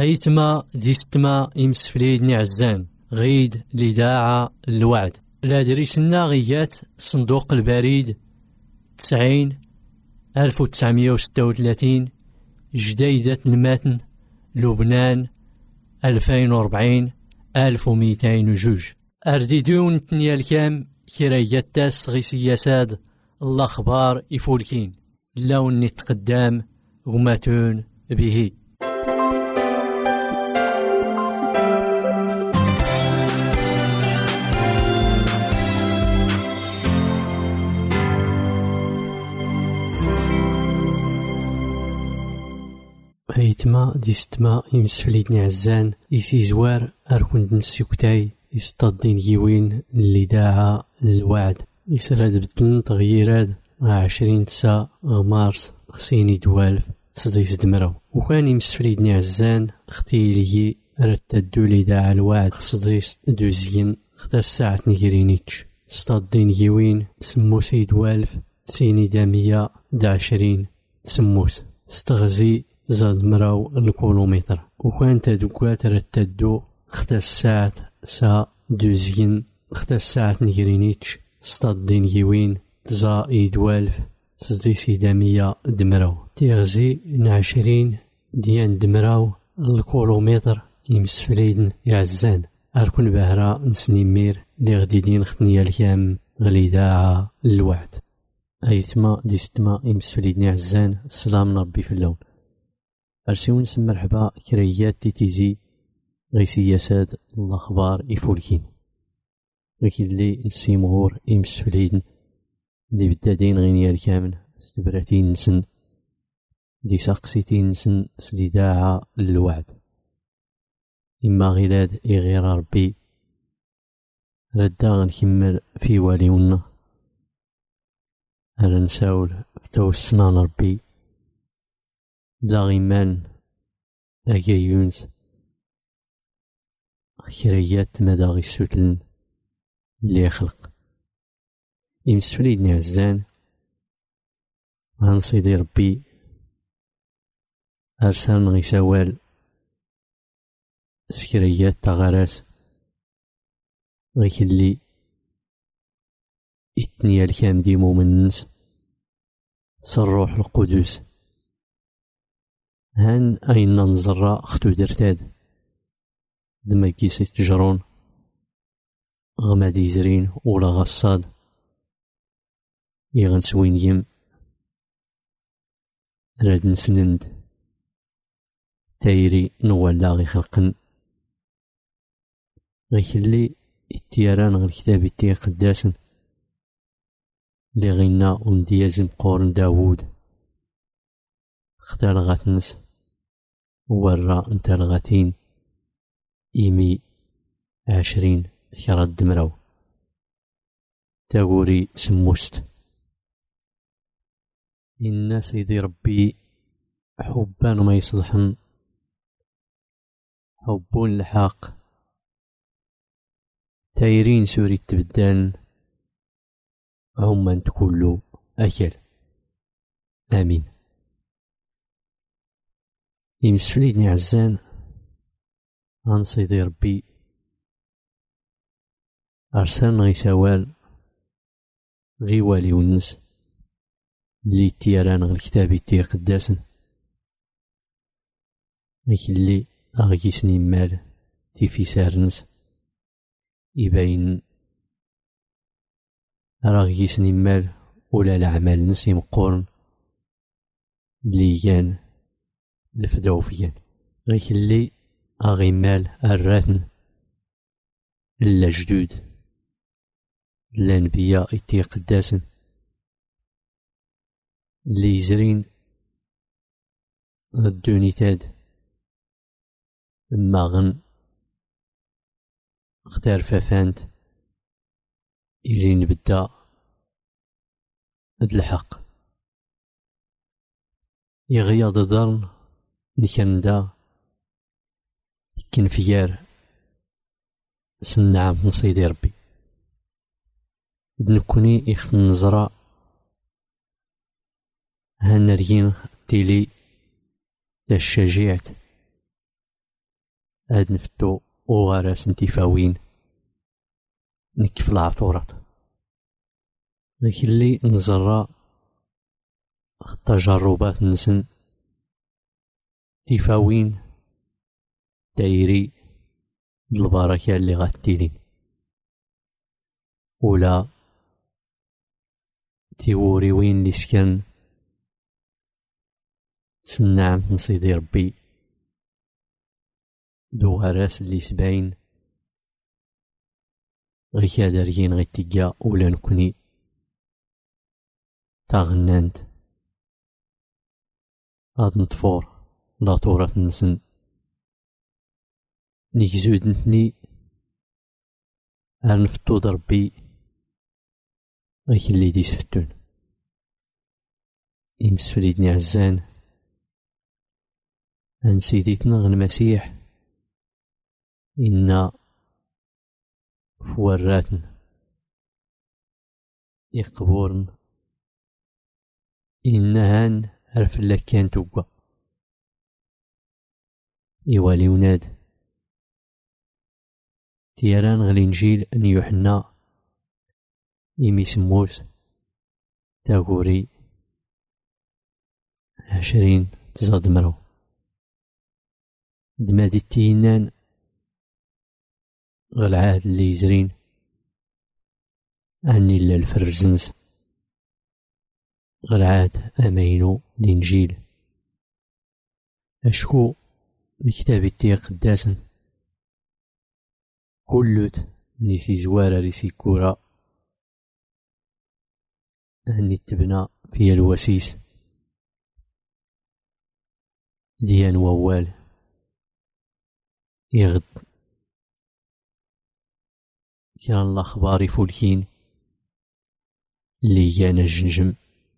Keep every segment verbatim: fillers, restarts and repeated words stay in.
غيتما ديستما إمسفليد نعزان غيد لداعة الوعد لا دريسنا غيات صندوق البريد تسعين ألف وتسعمية وستة وثلاثين جديدة المتن لبنان ألفين وربعين ألف ومئتين وجوج أرديدون تنيا الكام كرايات تاس غي سياساد الأخبار إفولكين لون نتقدام غماتون به هيتما ديستما يمسفليد نعزان يسي زوار أركون نسيكتاي يستضين جيوين اللي داعا الوعد يسراد بدلن تغييرات عشرين تسا مارس خسيني دوالف تصديس دمرو وكان يمسفليد نعزان اختي لي رتدو لي داعا الوعد خصديس دوزين ختا الساعة نيجرينيتش استضين جيوين سموس يدوالف سيني دامية دا عشرين تسموس استغزي زاد مراو الكيلومتر وكان تدوكات رتدو ختا الساعة سا دوزين ختا الساعة نيجرينيتش استضين جيوين تزا يدوالف تصدي سيدامية دمراو تيغزي نعشرين ديان دمراو الكيلومتر يمسفليدن يعزان أركون بهرا نسنيمير لي غديدين ختنيا الكام غليداعة الوعد أيتما ديستما يمسفليدن يعزان السلام ربي في اللون أرسيون سم مرحبا كريات تيتيزي غي سياسات الأخبار يفولكين لكن اللي نسيمغور يمسفليدن اللي بدادين غينيا الكامل استبراتين نسن دي ساقسيتين نسن سديداعة الوعد إما غلاد إغير ربي ردا غنكمل في واليونا أنا نساول فتوسنا ربي لا غيمان أجايونس خيريات مداغي السوتلن اللي يخلق يمسفليد نعزان غنصيدي ربي أرسال غيساوال سكريات تغاراس غيكلي إتنيا الكام ديمو من نس صروح القدس هان أين ننظر أختو درتاد دما كيسي تجرون غمادي زرين ولا غصاد يغنسوين يم راد نسنند تايري نوالا غي خلقن غيكلي التيران غير كتابي تي قداسن لي غينا ونديازم قورن داوود اختار غاتنس ورا انت الغاتين إيمي عشرين ذكرى الدمرو تاغوري سموست إن سيدي ربي حبان ما يصلحن حبون الحق تايرين سوري تبدان عمان تكلو أكل آمين يمسفليدني عزان عن سيدي ربي أرسلنا غيساوال غيوالي ونس اللي تيران غير كتابي تي قداسن غيكلي أغيسني مال تي في سارنس يبين أغيسني مال ولا الأعمال نسي مقورن اللي كان الفداو فيان غيكلي أغي مال الراتن لا جدود لا نبيا إتي قداسن اللي يزرين غدوني تاد ما غن اختار فافانت إلي نبدا هاد الحق يغيض ضرن نكن دا كنفيار سنعم من صيدي ربي بنكوني يخت النزرة هنرين تيلي دا الشجيعت هاد نفتو وغراس نتيفاوين نكف العطورات لكن اللي نزرى التجربات نسن تيفاوين دايري البركة اللي غاتيلين ولا تيوري وين اللي سكن سنعم نصيدي ربي دو غراس اللي سباين غي كادرين غي تيجا ولا نكوني تاغنانت هاد نطفور لا طورات نسن نيكزود نتني هر نفتو دربي غي اللي دي سفتون إمسفريدني عزان عن سيديتنا المسيح إنا فوراتن يقبورن إنهان عرف لك كان توقع إيوالي وناد تيران غالينجيل أن يوحنا إيمي سموس تاغوري عشرين تزاد مرو دمادي تينان غالعاد اللي يزرين عني إلا الفرزنس غالعاد أمينو الإنجيل أشكو الكتاب تي قداسن كلت نيسي زوارة ريسي كورا أني تبنى في الوسيس ديان ووال يغد كان الأخبار فولكين اللي جانا الجنجم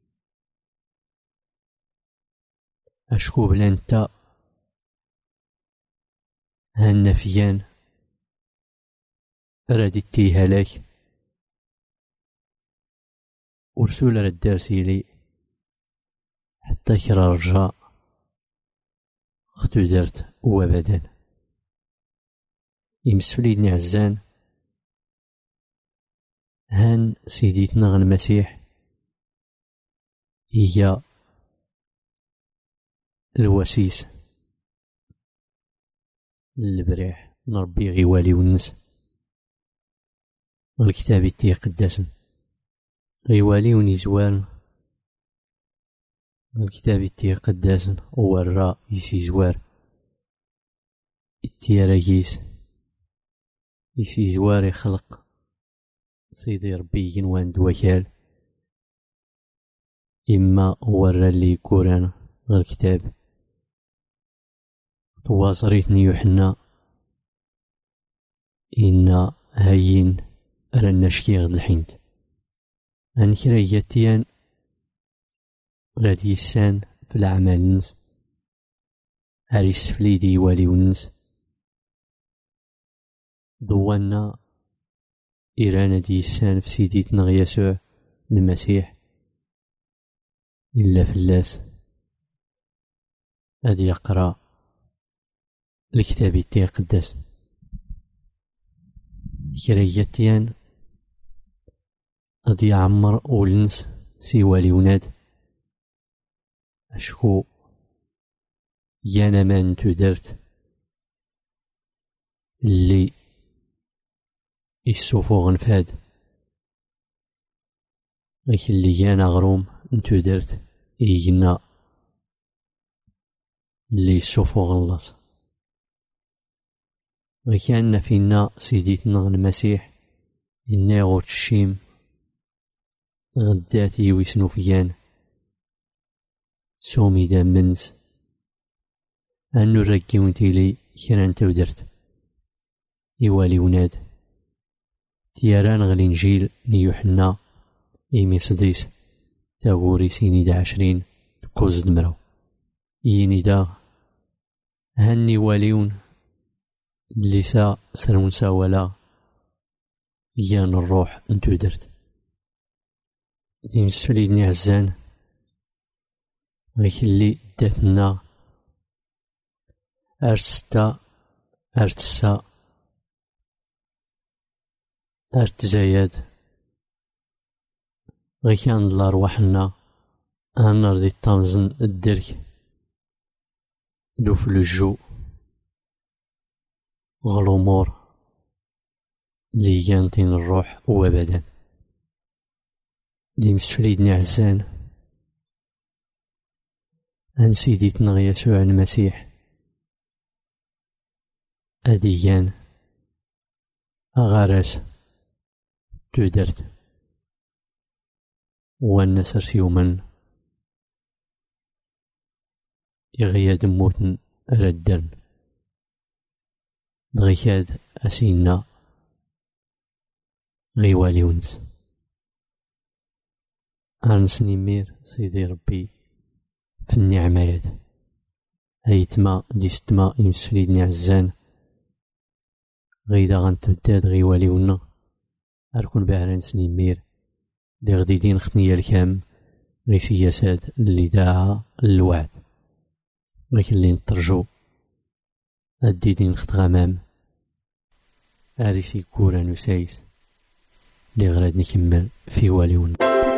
أشكو بلانتا هالنفيان رادي تيهالاك ورسول ردارسيلي حتى كرا رجاء ختو درت وابدا يمسفليدني عزان هان سيديتنا المسيح هي الوسيس البريح نربي غيوالي ونس والكتاب تي قداسن غيوالي ونزوان الكتاب تي قداسن ورا يسي زوار التياراجيس يسي زوار يخلق سيدي ربي ينوان دوكال إما ورا اللي كوران الكتاب تواصريتني يوحنا إنا هاين رانا شكي غد الحينت عن كراياتيان رادي السان في الأعمال نس عريس فليدي والي ونس ضوانا إيرانا دي السان في سيديتنا يسوع المسيح إلا فلاس أدي يقرأ الكتاب تي قداس كراياتيان أدي عمر أولنس سيوالي وناد أشكو يانا ما نتو درت اللي السوفو غنفاد غيك اللي يانا غروم نتو درت إيجنا اللي السوفو غنلاص غيكان فينا سيديتنا المسيح إنا غوت الشيم غداتي ويسنو فيان سومي دام منس أنو ركيون تيلي كران تودرت إيوالي وناد تياران غالينجيل نيوحنا إيمي صديس تاغوري سيني دا عشرين كوز دمرو يني دا هني واليون لسا سرون ساولا يان الروح انتو درت يمسفليدني عزان غيك اللي داتنا أرستا ارتسا ارتزايد غي كان الأرواحنا أنا دي طامزن الدرك دوف لجو غلومور ليجانتين الروح وابدا دي مسفريدني عزان عن سيديتنا يسوع المسيح أديان أغارس تودرت والنسر سيومن يغياد موتن ردن دغيكاد أسينا غيوالي ونس أنسني مير سيدي ربي في النعمة يد هيتما ديستما يمسفليدني عزان غيدا غنتبداد غيوالي ونا أركون بهران سني مير لي غديدين خطنيا الكام غي سياسات اللي داعا الوعد لكن اللي نترجو الديدين خط غمام أريسي كورا نسايس لي غراد نكمل في واليون.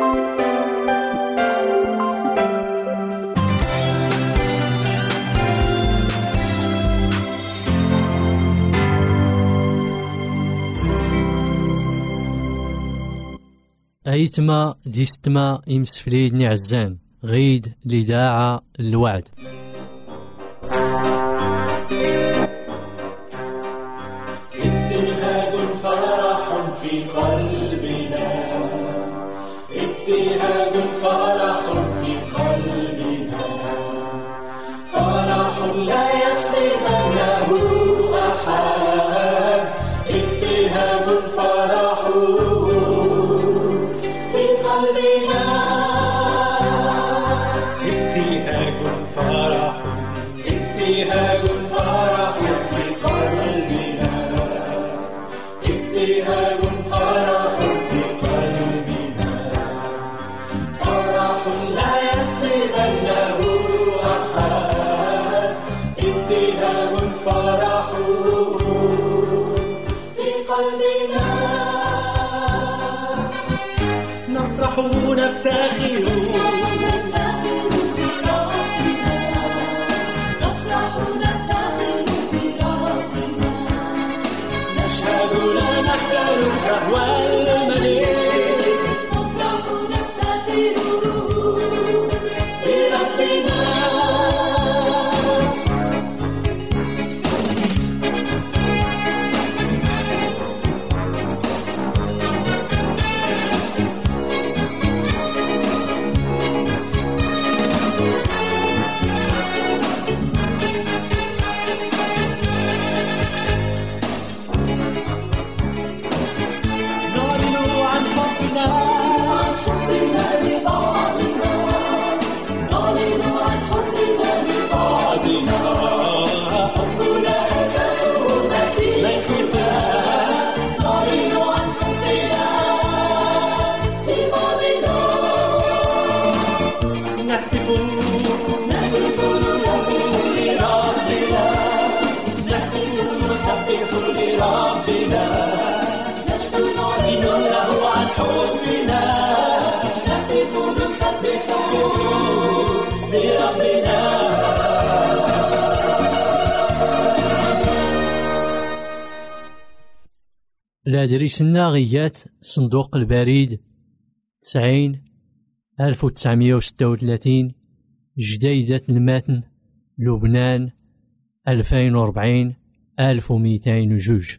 أيتما ديستما يمسفليدني عزان غيد لداعا الوعد. ابتهاج فرح في قلبنا ابتهاج فرح في قلبنا فرح لا يسلبنه أحد ابتهاج فرح في قلبنا ابتهاج فرح ابتهاج فرح في قلبنا ابتهاج فرح في قلبنا فرح لا يسلبنه أحد ابتهاج فرح في قلبنا نفرح ونفتخر فهو الملك نفرح نفتخر بربنا الأدريسنا غيات صندوق البريد تسعين ألف وتسعمية وستة وثلاثين جديدة المتن لبنان ألفين وربعين ألف ومئتين وجوج.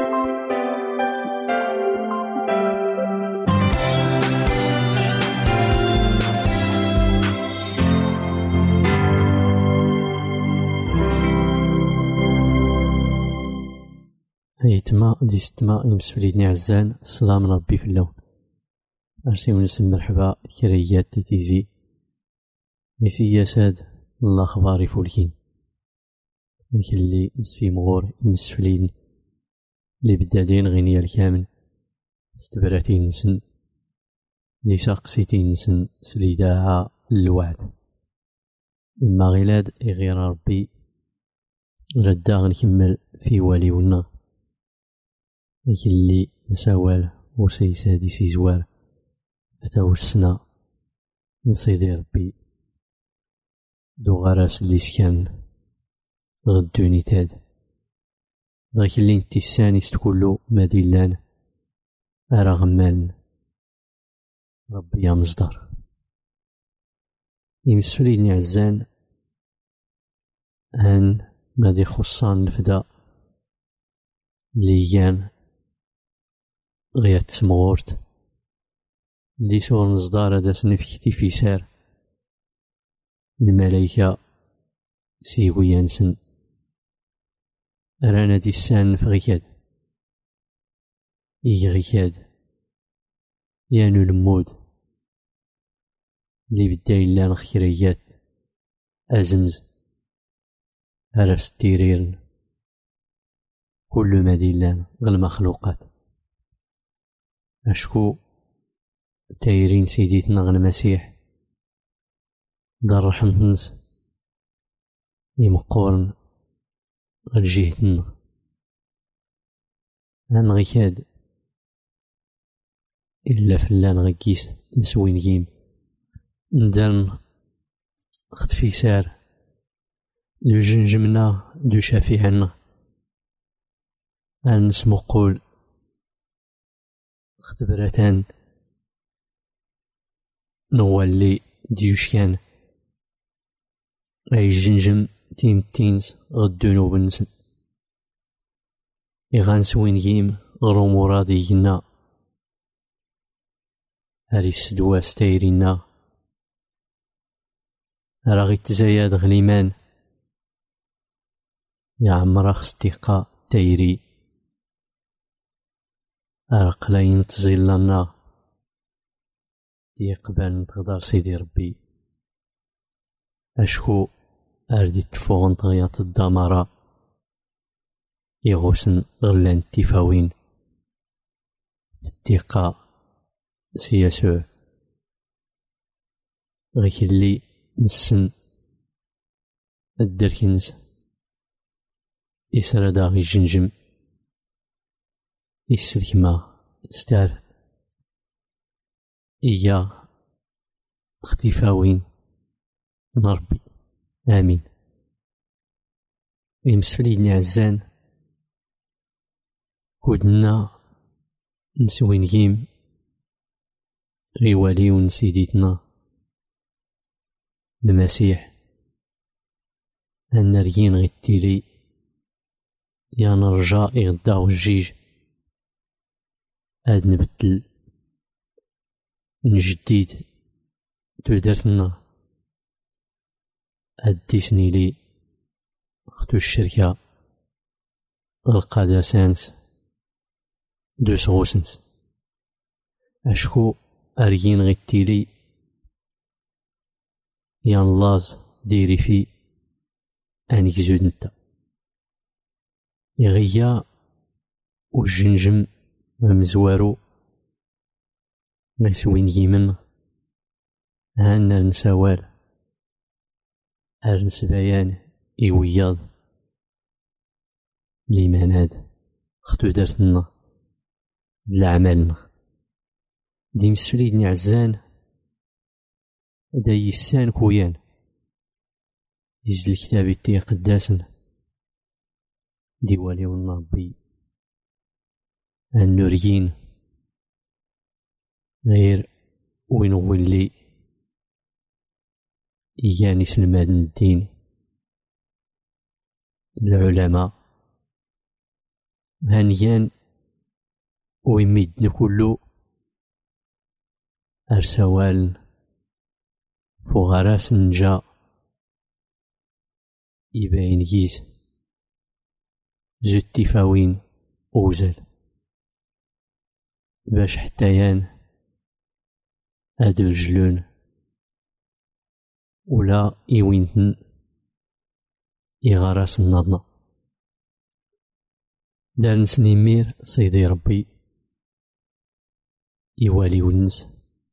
هيتما ديستما يمسفليدني عزان الصلاة من ربي في اللون أرسي ونسم مرحبا كريات تيزي ميسي ساد الله خباري فولكين لكن اللي نسيمغور يمسفلين اللي بدادين غينيا الكامل استبراتين نسن لي ساقسيتين نسن سليداها الوعد إما غيلاد إغير ربي ردا غنكمل في واليونا لكن اللي نساوال وسيسادي سي زوار فتاو السنة نصيدي ربي دو غراس اللي سكان غدوني تاد غاك اللي نتي الساني ستكولو ماديلان أرا غمالن ربي يا مصدر يمسفليني عزان هان مادي خصان الفدا ليان غير تسمغورت اللي سوغ نصدار هذا سنفكتي في سار الملايكة سيغو يانسن رانا دي السان فغيكاد يغيكاد يانو المود اللي بدا إلا نخكريات أزمز أرس تيريرن كل ما ديلان غير المخلوقات أشكو تايرين سيديتنا غير المسيح دار رحمتنس يمقورن غير جهتنا هان غيكاد إلا فلان غيكيس نسوين جيم ندان اختفي سار دو جنجمنا دو شافيعنا هان نسمو قول اختبرتان نوالي ديوشكان اي جنجم تيم تينس غدونو بنسن إغان سوين جيم غرو مرادي جنا هاري السدواس تايرينا راغي تزايد غليمان يا عمرا خستيقا تايري أرق لاين تزيلنا يقبل نتغدر سيدي ربي أشكو أردي تفوغن طغيات الدمارة يغوسن غلان تيفاوين تتيقا سياسو غيك اللي نسن الدركنز يسرى داغي الجنجم يسلكما ستار إيا اختفاوين نربي آمين. يمسفليني عزان كودنا نسوين جيم غيواليون سيديتنا المسيح أن رجين غيتيلي يا نرجع إغداو الجيج هاد نبدل نجديد تودرتنا هاد ديسني لي اختو الشركة القادة سانس دو سغوسنس أشكو أرجين غيتيلي يان لاز ديري في أنيك زود نتا يغيا والجنجم ممزوارو نسوين يمن هانا نسوال أرنس بيان إيوياض ليماناد اختو دارتنا لعملنا دي مسفليدني عزان دا يسان كويان يزل كتابي تي قداسن دي واليون ربي النوريين غير وين ولي إياني سلمان الدين العلماء هانيان ويميدن كلو أرسوال فغراس نجا يبين جيز زود تفاوين أوزل باش حتىيان هادو رجلون ولا إيوينتن إغراس النضنا دار نسني مير سيدي ربي يوالي ونس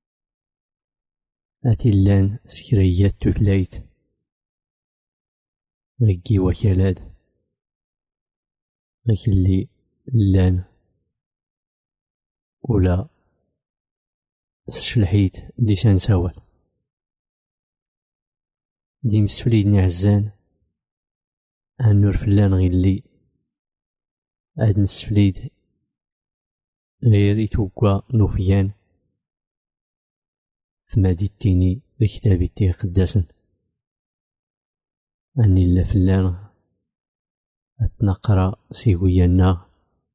أتلان سكريات تتلايت غيكي وكالاد غيك اللي لان ولا شلحيت لسان سوال ديم السفليد نعزان هنور فلان غير اللي هاد السفليد غير يتوقع نوفيان ثمادي التيني لكتابي تي قداسن أني لا فلان أتنقرا سيويانا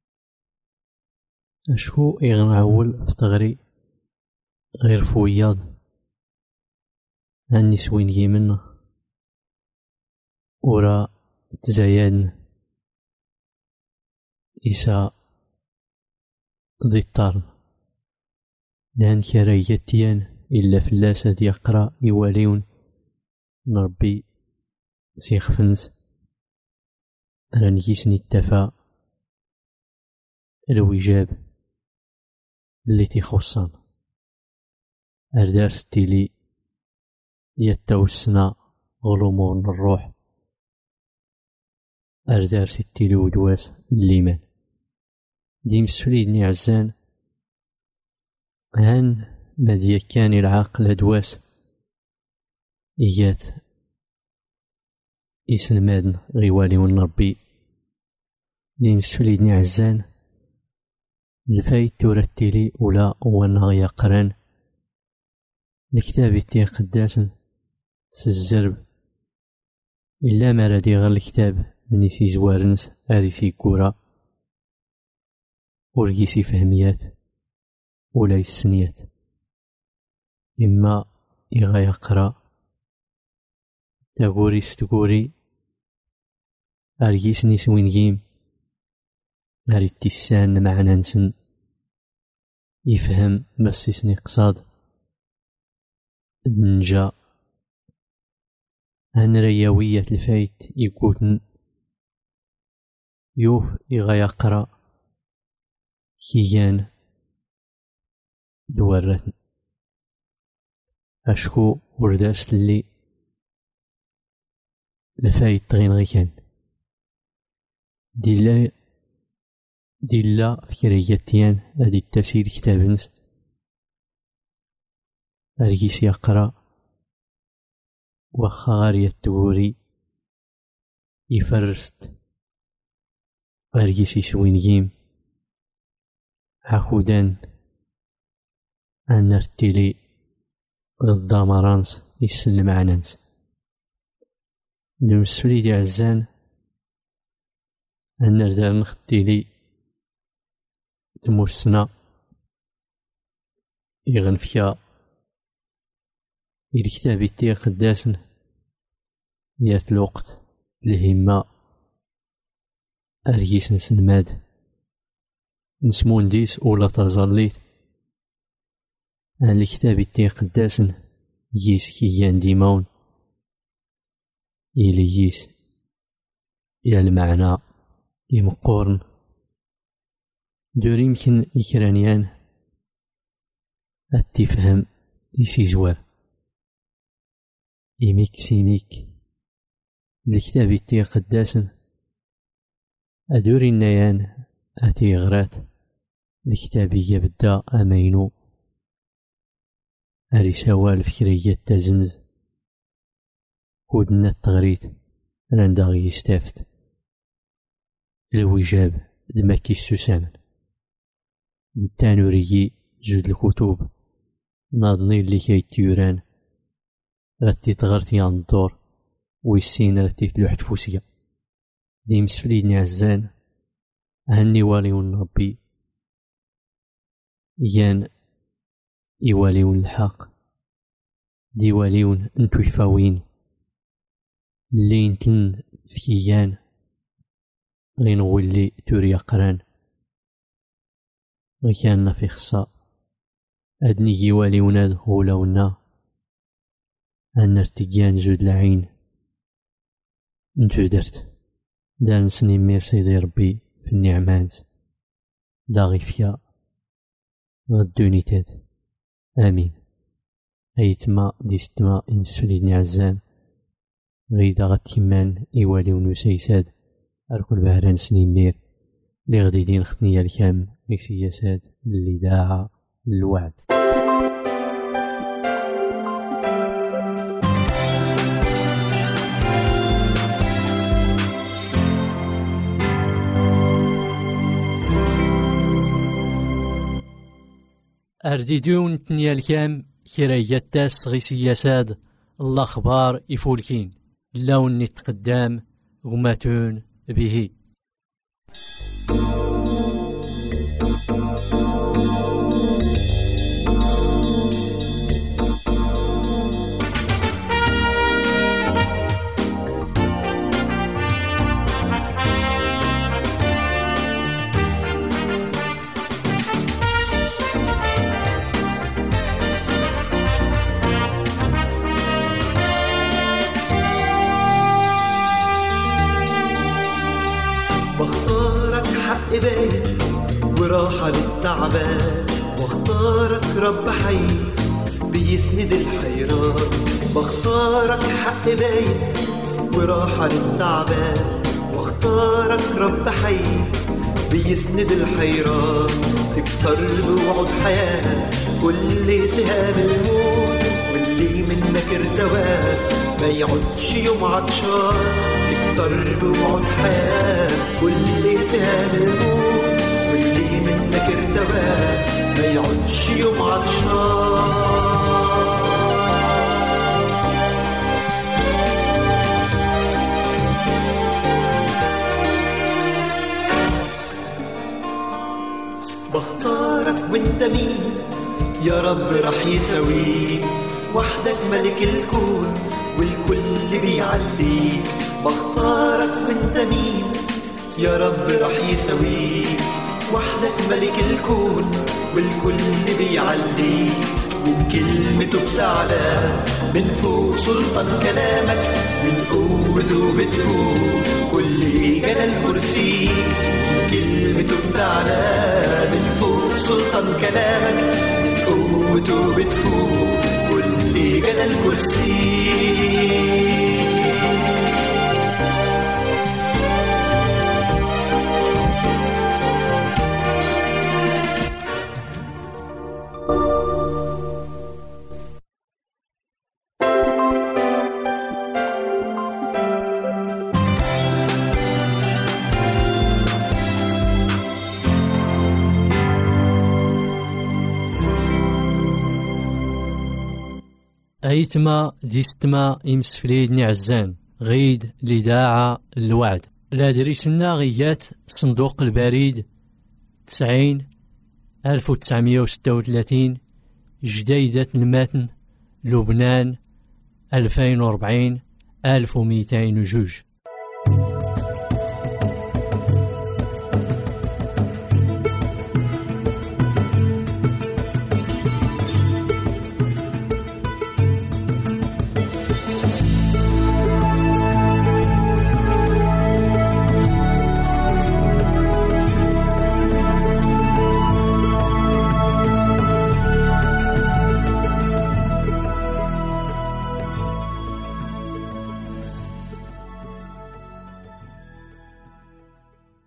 أشكو إغنعول في تغري غير فوياض أني سوين يمن ورا تزايد إسا ضي الطارن لان كرايتيان إلا فلاسة يقرا يواليون نربي سيخفنس رانيسني التفا الوجاب اللي تيخصن أردار ستيلي يتوسنا غلومون الروح أردار ستيلي ودواس الليمان ديم سفليدني عزان هان ماديا كان العقل أدواس إيات إسن مادن غيوالي ونربي ديم سفليدني عزان الفايت تورتيلي ولا وانا يقران الكتاب تي قداسن سزرب إلا ما رادي غير الكتاب من يسي زوارنس أريسي كورا ورقيسي فهميات ولا يسنيات إما إغا يقرا تاغوري ستغوري أريسني سوين جيم أريد تسان معنا نسن يفهم مسيسني قصاد نجا هن رياوية الفايت يقولن يوف إغا يقرا كيان دوارتن أشكو ورداس اللي الفايت تغين غي كان ديلا ديلا فكرياتيان هادي التسيد كتابنس أريس يقرا وخاري التوري يفرست أريس يسوين جيم عخودان أنرتيلي ضد مرانس يسلم عنانس دمسفلي دي عزان أنردار نختيلي تموسنا يغنفيا الكتاب تي قداسن يات الوقت الهمة أريس نسنماد نسمون ديس ولا تظليت عن الكتاب تي قداسن يس كيان ديمون إلي يس يا المعنى يمقورن دور يمكن إكرانيان التفهم يسي زوار يميك سيميك الكتاب تي قداسن أدور النيان أتي غرات الكتاب يبدا أمينو أريساوا الفكرية تازمز ودنا التغريد رانداغ يستافت الوجاب دمكي السوسامن التانوريي جود الكتب ناضني اللي كي تيوران رتي تغرتي عن الدور ويسين رتي تلوح تفوسيا ديم سفليدني عزان هني واليون ربي يان يواليون الحق دي واليون انتو يفاوين اللي نتلن فكيان غين ولي توري قران وكان في خصا أدني يوالي وناد هولا ونا أن ارتقيان زود العين نتو درت دان سني مير سيدي ربي في النعمات داغي فيا غدوني تاد آمين أيتما ديستما إنسفليدني عزان غيدا غتيمان إيوالي ونسيساد أركل بهران سني مير لي غديدين خطنيا الكام سياسات الإذاعة الوعد. أرديدون تنيا الكام كراياتاس غي سياسات الأخبار يفولكين اللون نتقدام غماتون به. واختارك حق باين وراحة للتعبان، واختارك رب حي بيسند الحيران. بختارك حق باين وراحة للتعبان، واختارك رب حي بيسند الحيران. تكسر بوعود حياة كل سهام الموت، واللي منك ارتواه ما يعودش يوم عطشان. تكسر بوعود حياة كل سهام الموت، واللي منك ارتواه ما يعودش يوم عطشان. بختارك وانت مين يا رب رح يساويك، وحدك ملك الكون والكل بيعليك. بختارك وانت مين يا رب رح يساويك، وحدك ملك الكون والكل بيعليك. من كلمته بتعلى من فوق سلطان كلامك، من قوته بتفوق كل جلال كرسيك. من كلمته بتعلى من فوق سلطان كلامك، من قوته بتفوق كل جلال كرسيك. أيتما ديستما إمسفليد نعزان غيد الإذاعة الوعد. لا دريسنا غيات صندوق البريد تسعين ألف وتسعمية وستة وثلاثين جديدة المتن لبنان ألفين وربعين ألف ومئتين وجوج.